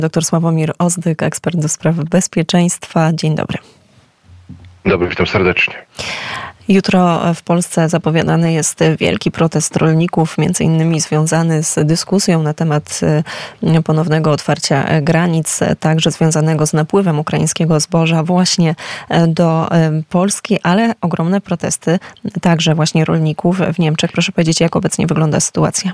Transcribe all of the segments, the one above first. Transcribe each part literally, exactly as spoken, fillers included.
Doktor Sławomir Ozdyk, ekspert do spraw bezpieczeństwa. Dzień dobry. Dobry, witam serdecznie. Jutro w Polsce zapowiadany jest wielki protest rolników, między innymi związany z dyskusją na temat ponownego otwarcia granic, także związanego z napływem ukraińskiego zboża właśnie do Polski, ale ogromne protesty także właśnie rolników w Niemczech. Proszę powiedzieć, jak obecnie wygląda sytuacja?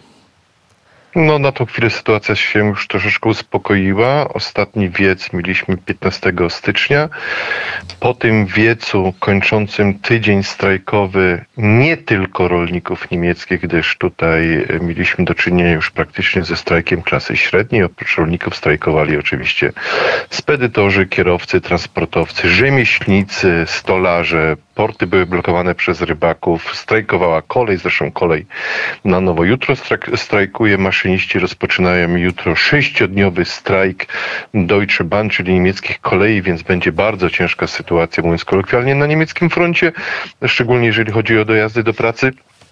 No na tą chwilę sytuacja się już troszeczkę uspokoiła. Ostatni wiec mieliśmy piętnastego stycznia. Po tym wiecu kończącym tydzień strajkowy nie tylko rolników niemieckich, gdyż tutaj mieliśmy do czynienia już praktycznie ze strajkiem klasy średniej. Oprócz rolników strajkowali oczywiście spedytorzy, kierowcy, transportowcy, rzemieślnicy, stolarze. Porty były blokowane przez rybaków, strajkowała kolej, zresztą kolej na nowo jutro strajkuje, maszyniści rozpoczynają jutro sześciodniowy strajk Deutsche Bahn, czyli niemieckich kolei, więc będzie bardzo ciężka sytuacja, mówiąc kolokwialnie, na niemieckim froncie, szczególnie jeżeli chodzi o dojazdy do pracy.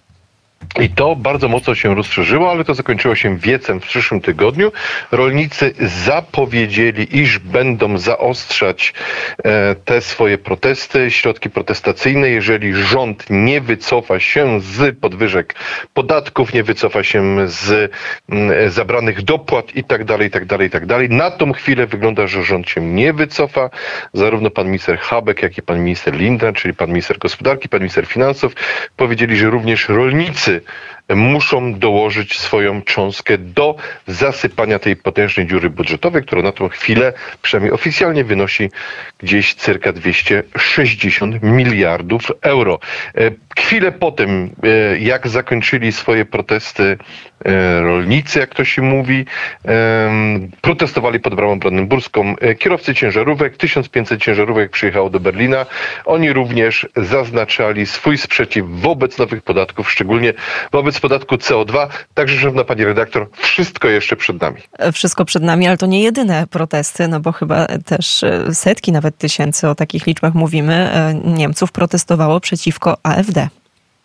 I to bardzo mocno się rozszerzyło, ale to zakończyło się wiecem w przyszłym tygodniu. Rolnicy zapowiedzieli, iż będą zaostrzać e, te swoje protesty, środki protestacyjne, jeżeli rząd nie wycofa się z podwyżek podatków, nie wycofa się z m, zabranych dopłat i tak dalej, i tak dalej, i tak dalej. Na tą chwilę wygląda, że rząd się nie wycofa. Zarówno pan minister Habeck, jak i pan minister Lindner, czyli pan minister gospodarki, pan minister finansów, powiedzieli, że również rolnicy muszą dołożyć swoją cząstkę do zasypania tej potężnej dziury budżetowej, która na tą chwilę, przynajmniej oficjalnie, wynosi gdzieś circa dwieście sześćdziesiąt miliardów euro. Chwilę potem, jak zakończyli swoje protesty rolnicy, jak to się mówi, protestowali pod bramą brandenburską kierowcy ciężarówek. tysiąc pięćset ciężarówek przyjechało do Berlina. Oni również zaznaczali swój sprzeciw wobec nowych podatków, szczególnie wobec podatku C O dwa. Także, szanowna pani redaktor, wszystko jeszcze przed nami. Wszystko przed nami, ale to nie jedyne protesty, no bo chyba też setki nawet tysięcy, o takich liczbach mówimy, Niemców protestowało przeciwko A F D.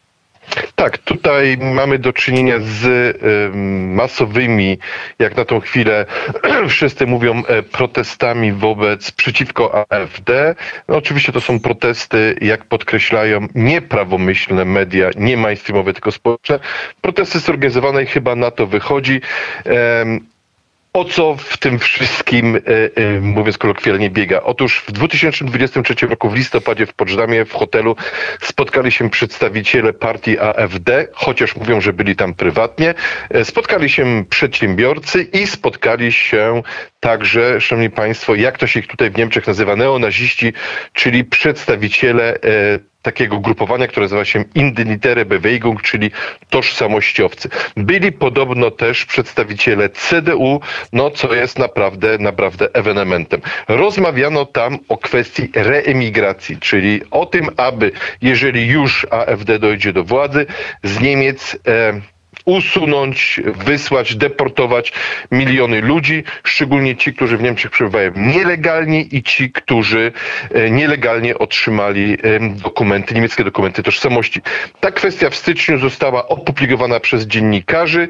Tak, tutaj mamy do czynienia z y, masowymi, jak na tą chwilę wszyscy mówią, protestami wobec, przeciwko A F D. No, oczywiście to są protesty, jak podkreślają, nieprawomyślne media, nie mainstreamowe, tylko społeczne. Protesty zorganizowane i chyba na to wychodzi. Um, O co w tym wszystkim, e, e, mówiąc kolokwialnie, biega? Otóż w dwa tysiące dwudziestym trzecim roku w listopadzie w Poczdamie, w hotelu, spotkali się przedstawiciele partii A F D, chociaż mówią, że byli tam prywatnie. E, spotkali się przedsiębiorcy i spotkali się także, szanowni państwo, jak to się ich tutaj w Niemczech nazywa, neonaziści, czyli przedstawiciele e, takiego grupowania, które nazywa się Identitäre Bewegung, czyli tożsamościowcy. Byli podobno też przedstawiciele C D U, no co jest naprawdę, naprawdę ewenementem. Rozmawiano tam o kwestii reemigracji, czyli o tym, aby jeżeli już A F D dojdzie do władzy, z Niemiec e, usunąć, wysłać, deportować miliony ludzi, szczególnie ci, którzy w Niemczech przebywają nielegalnie i ci, którzy nielegalnie otrzymali dokumenty, niemieckie dokumenty tożsamości. Ta kwestia w styczniu została opublikowana przez dziennikarzy.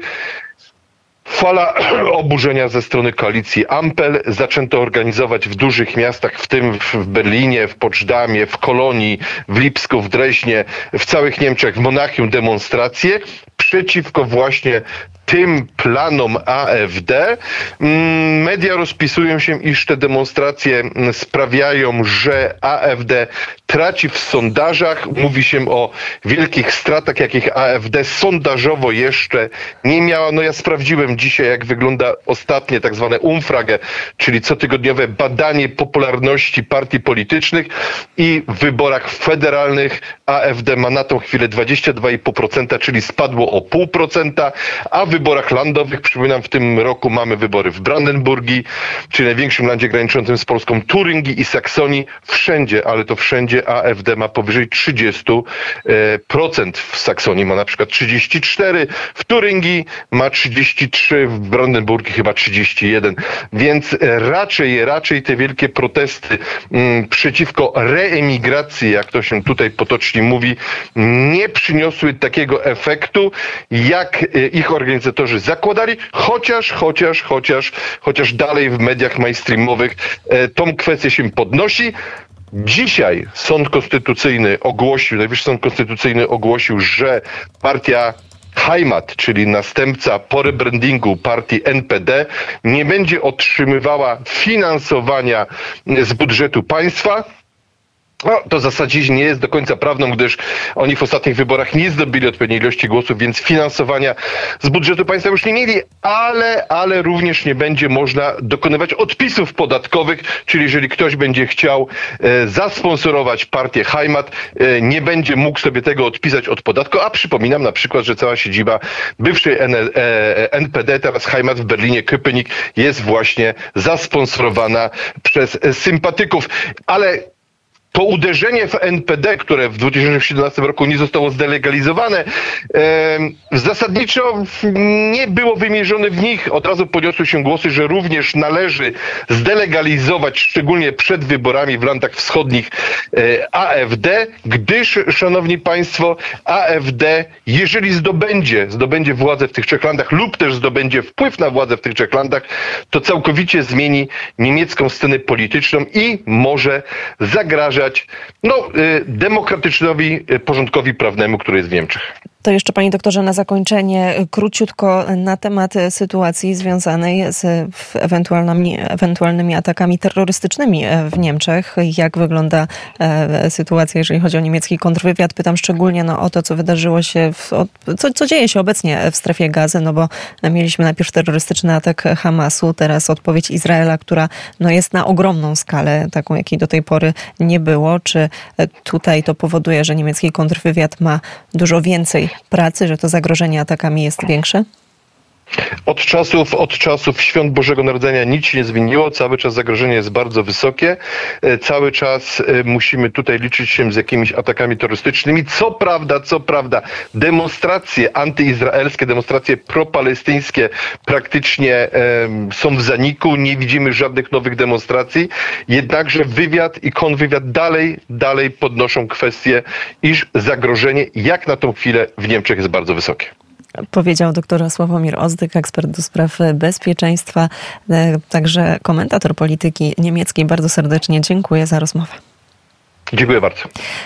Fala oburzenia ze strony koalicji Ampel. Zaczęto organizować w dużych miastach, w tym w Berlinie, w Poczdamie, w Kolonii, w Lipsku, w Dreźnie, w całych Niemczech, w Monachium demonstracje przeciwko właśnie tym planom A F D. Media rozpisują się, iż te demonstracje sprawiają, że A F D traci w sondażach. Mówi się o wielkich stratach, jakich A F D sondażowo jeszcze nie miała. No ja sprawdziłem dzisiaj, jak wygląda ostatnie tak zwane Umfrage, czyli cotygodniowe badanie popularności partii politycznych, i w wyborach federalnych A F D ma na tą chwilę dwadzieścia dwa i pół procent, czyli spadło o pół procenta, a w wyborach landowych, przypominam, w tym roku mamy wybory w Brandenburgii, czyli największym landzie graniczącym z Polską, Turyngii i Saksonii. Wszędzie, ale to wszędzie A F D ma powyżej trzydzieści procent. W Saksonii ma na przykład trzydzieści cztery, w Turyngii ma trzydzieści trzy, w Brandenburgii chyba trzydzieści jeden. Więc raczej, raczej te wielkie protesty m, przeciwko reemigracji, jak to się tutaj potocznie mówi, nie przyniosły takiego efektu, jak ich organizatorzy organizatorzy zakładali, chociaż, chociaż, chociaż, chociaż dalej w mediach mainstreamowych tą kwestię się podnosi. Dzisiaj Sąd Konstytucyjny ogłosił, Najwyższy Sąd Konstytucyjny ogłosił, że partia Heimat, czyli następca po rebrandingu partii N P D, nie będzie otrzymywała finansowania z budżetu państwa. No, to w zasadzie nie jest do końca prawdą, gdyż oni w ostatnich wyborach nie zdobyli odpowiedniej ilości głosów, więc finansowania z budżetu państwa już nie mieli, ale, ale również nie będzie można dokonywać odpisów podatkowych, czyli jeżeli ktoś będzie chciał e, zasponsorować partię Heimat, e, nie będzie mógł sobie tego odpisać od podatku, a przypominam na przykład, że cała siedziba bywszej N, e, N P D, teraz Heimat w Berlinie, Köpenick, jest właśnie zasponsorowana przez sympatyków, ale to uderzenie w N P D, które w dwa tysiące siedemnastym roku nie zostało zdelegalizowane, zasadniczo nie było wymierzone w nich. Od razu podniosły się głosy, że również należy zdelegalizować, szczególnie przed wyborami w landach wschodnich, A F D, gdyż, szanowni państwo, A F D, jeżeli zdobędzie, zdobędzie władzę w tych trzech landach lub też zdobędzie wpływ na władzę w tych trzech landach, to całkowicie zmieni niemiecką scenę polityczną i może zagrażać no, demokratycznowi porządkowi prawnemu, który jest w Niemczech. To jeszcze, panie doktorze, na zakończenie króciutko na temat sytuacji związanej z ewentualnymi, ewentualnymi atakami terrorystycznymi w Niemczech. Jak wygląda sytuacja, jeżeli chodzi o niemiecki kontrwywiad? Pytam szczególnie no, o to, co wydarzyło się, w, o, co, co dzieje się obecnie w strefie Gazy, no bo mieliśmy najpierw terrorystyczny atak Hamasu, teraz odpowiedź Izraela, która no, jest na ogromną skalę, taką jakiej do tej pory nie było. Czy tutaj to powoduje, że niemiecki kontrwywiad ma dużo więcej pracy, że to zagrożenie atakami jest większe? Od czasów, od czasów Świąt Bożego Narodzenia nic się nie zmieniło, cały czas zagrożenie jest bardzo wysokie, cały czas musimy tutaj liczyć się z jakimiś atakami terrorystycznymi. Co prawda, co prawda, demonstracje antyizraelskie, demonstracje propalestyńskie praktycznie um, są w zaniku, nie widzimy żadnych nowych demonstracji, jednakże wywiad i kontrwywiad dalej, dalej podnoszą kwestię, iż zagrożenie jak na tą chwilę w Niemczech jest bardzo wysokie. Powiedział doktor Sławomir Ozdyk, ekspert do spraw bezpieczeństwa, także komentator polityki niemieckiej. Bardzo serdecznie dziękuję za rozmowę. Dziękuję bardzo.